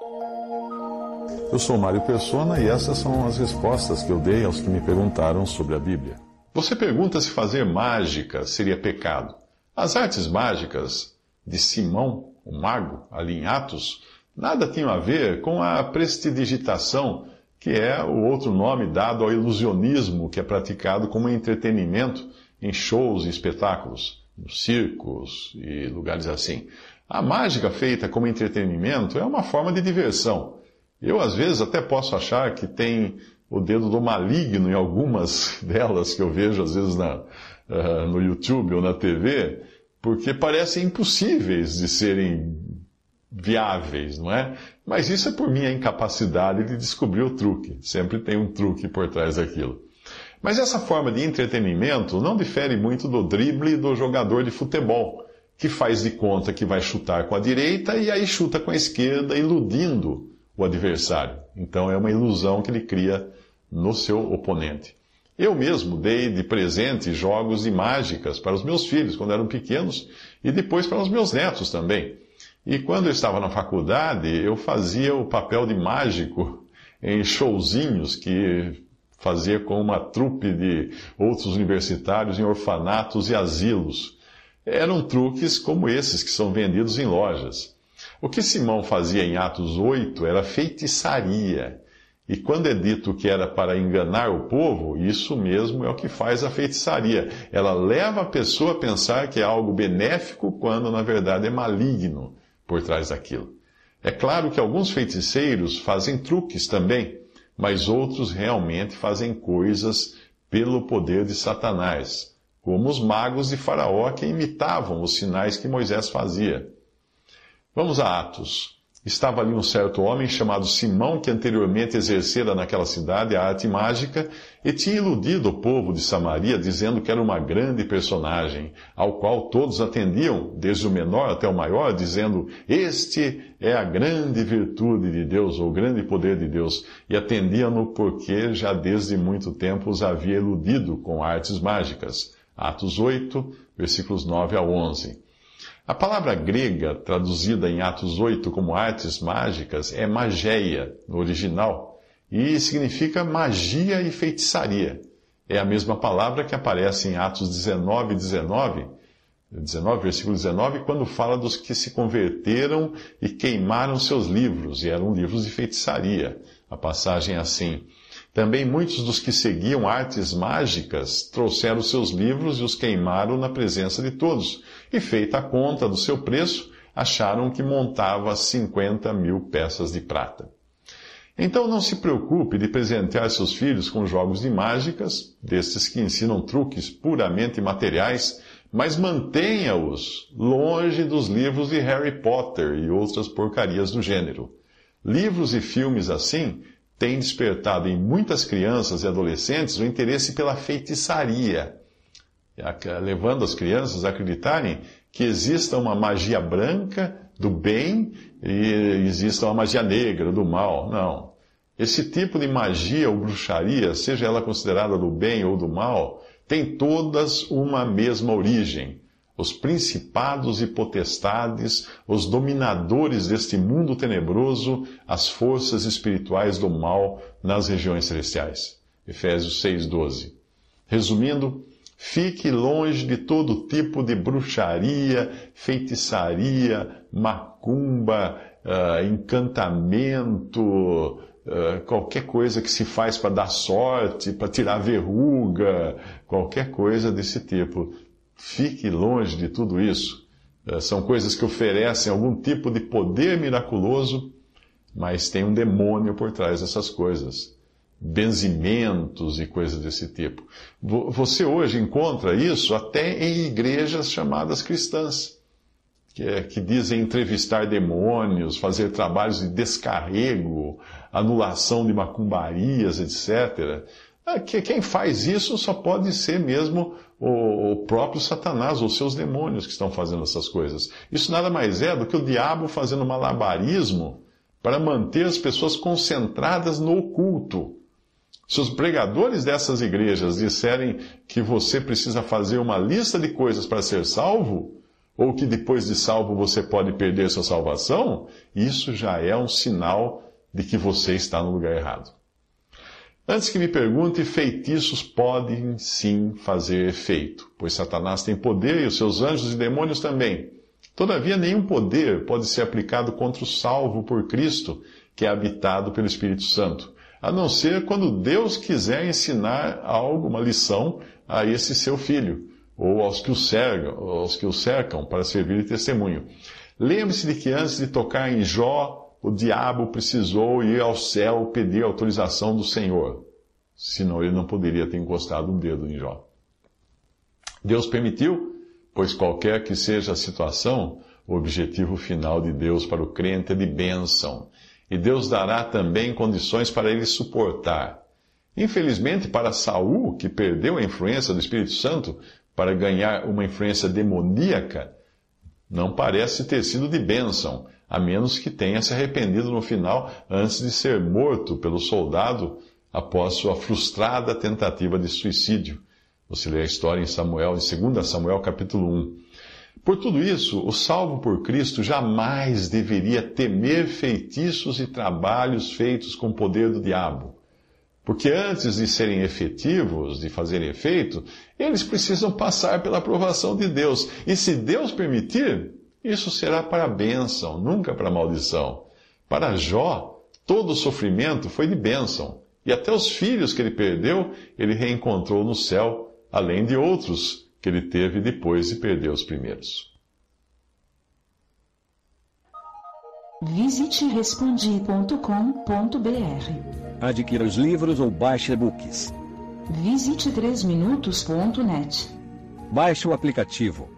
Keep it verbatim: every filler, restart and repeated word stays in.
Eu sou Mário Persona e essas são as respostas que eu dei aos que me perguntaram sobre a Bíblia. Você pergunta se fazer mágica seria pecado. As artes mágicas de Simão, o mago, ali em Atos, nada tinham a ver com a prestidigitação, que é o outro nome dado ao ilusionismo que é praticado como entretenimento em shows e espetáculos, nos circos e lugares assim. A mágica feita como entretenimento é uma forma de diversão. Eu, às vezes, até posso achar que tem o dedo do maligno em algumas delas que eu vejo, às vezes, na, uh, no YouTube ou na T V, porque parecem impossíveis de serem viáveis, não é? Mas isso é por minha incapacidade de descobrir o truque. Sempre tem um truque por trás daquilo. Mas essa forma de entretenimento não difere muito do drible do jogador de futebol, que faz de conta que vai chutar com a direita e aí chuta com a esquerda, iludindo o adversário. Então é uma ilusão que ele cria no seu oponente. Eu mesmo dei de presente jogos de mágicas para os meus filhos quando eram pequenos e depois para os meus netos também. E quando eu estava na faculdade, eu fazia o papel de mágico em showzinhos que fazia com uma trupe de outros universitários em orfanatos e asilos. Eram truques como esses que são vendidos em lojas. O que Simão fazia em Atos oito era feitiçaria. E quando é dito que era para enganar o povo, isso mesmo é o que faz a feitiçaria. Ela leva a pessoa a pensar que é algo benéfico, quando na verdade é maligno por trás daquilo. É claro que alguns feiticeiros fazem truques também, mas outros realmente fazem coisas pelo poder de Satanás, como os magos de Faraó que imitavam os sinais que Moisés fazia. Vamos a Atos. Estava ali um certo homem chamado Simão, que anteriormente exercera naquela cidade a arte mágica e tinha iludido o povo de Samaria, dizendo que era uma grande personagem, ao qual todos atendiam, desde o menor até o maior, dizendo: "Este é a grande virtude de Deus, ou o grande poder de Deus", e atendiam-no porque já desde muito tempo os havia iludido com artes mágicas. Atos oito, versículos nove a onze. A palavra grega, traduzida em Atos oito como artes mágicas, é mageia, no original, e significa magia e feitiçaria. É a mesma palavra que aparece em Atos dezenove, dezenove, dezenove, versículo dezenove, quando fala dos que se converteram e queimaram seus livros, e eram livros de feitiçaria. A passagem é assim: "Também muitos dos que seguiam artes mágicas trouxeram seus livros e os queimaram na presença de todos. E feita a conta do seu preço, acharam que montava cinquenta mil peças de prata." Então não se preocupe de presentear seus filhos com jogos de mágicas, destes que ensinam truques puramente materiais, mas mantenha-os longe dos livros de Harry Potter e outras porcarias do gênero. Livros e filmes assim têm despertado em muitas crianças e adolescentes o interesse pela feitiçaria, levando as crianças a acreditarem que exista uma magia branca do bem e exista uma magia negra do mal. Não. Esse tipo de magia ou bruxaria, seja ela considerada do bem ou do mal, tem todas uma mesma origem. Os principados e potestades, os dominadores deste mundo tenebroso, as forças espirituais do mal nas regiões celestiais. Efésios seis, doze. Resumindo, fique longe de todo tipo de bruxaria, feitiçaria, macumba, uh, encantamento, uh, qualquer coisa que se faz para dar sorte, para tirar verruga, qualquer coisa desse tipo. Fique longe de tudo isso. Uh, são coisas que oferecem algum tipo de poder miraculoso, mas tem um demônio por trás dessas coisas. Benzimentos e coisas desse tipo. Você hoje encontra isso até em igrejas chamadas cristãs, que, é, que dizem entrevistar demônios, fazer trabalhos de descarrego, anulação de macumbarias, etcétera. Quem faz isso só pode ser mesmo o próprio Satanás ou seus demônios que estão fazendo essas coisas. Isso nada mais é do que o diabo fazendo malabarismo para manter as pessoas concentradas no oculto. Se os pregadores dessas igrejas disserem que você precisa fazer uma lista de coisas para ser salvo, ou que depois de salvo você pode perder sua salvação, isso já é um sinal de que você está no lugar errado. Antes que me pergunte, feitiços podem sim fazer efeito, pois Satanás tem poder e os seus anjos e demônios também. Todavia, nenhum poder pode ser aplicado contra o salvo por Cristo, que é habitado pelo Espírito Santo, a não ser quando Deus quiser ensinar algo, uma lição, a esse seu filho, ou aos que o cercam, aos que o cercam para servir de testemunho. Lembre-se de que antes de tocar em Jó, o diabo precisou ir ao céu pedir autorização do Senhor. Senão ele não poderia ter encostado um dedo em Jó. Deus permitiu, pois qualquer que seja a situação, o objetivo final de Deus para o crente é de bênção. E Deus dará também condições para ele suportar. Infelizmente, para Saul, que perdeu a influência do Espírito Santo para ganhar uma influência demoníaca, não parece ter sido de bênção, a menos que tenha se arrependido no final antes de ser morto pelo soldado após sua frustrada tentativa de suicídio. Você lê a história em Samuel, em dois Samuel capítulo um. Por tudo isso, o salvo por Cristo jamais deveria temer feitiços e trabalhos feitos com o poder do diabo. Porque antes de serem efetivos, de fazerem efeito, eles precisam passar pela aprovação de Deus. E se Deus permitir, isso será para a bênção, nunca para a maldição. Para Jó, todo o sofrimento foi de bênção. E até os filhos que ele perdeu, ele reencontrou no céu, além de outros que ele teve depois de perder os primeiros. Visite respondi ponto com ponto br. Adquira os livros ou baixe e-books. Visite três minutos ponto net. Baixe o aplicativo.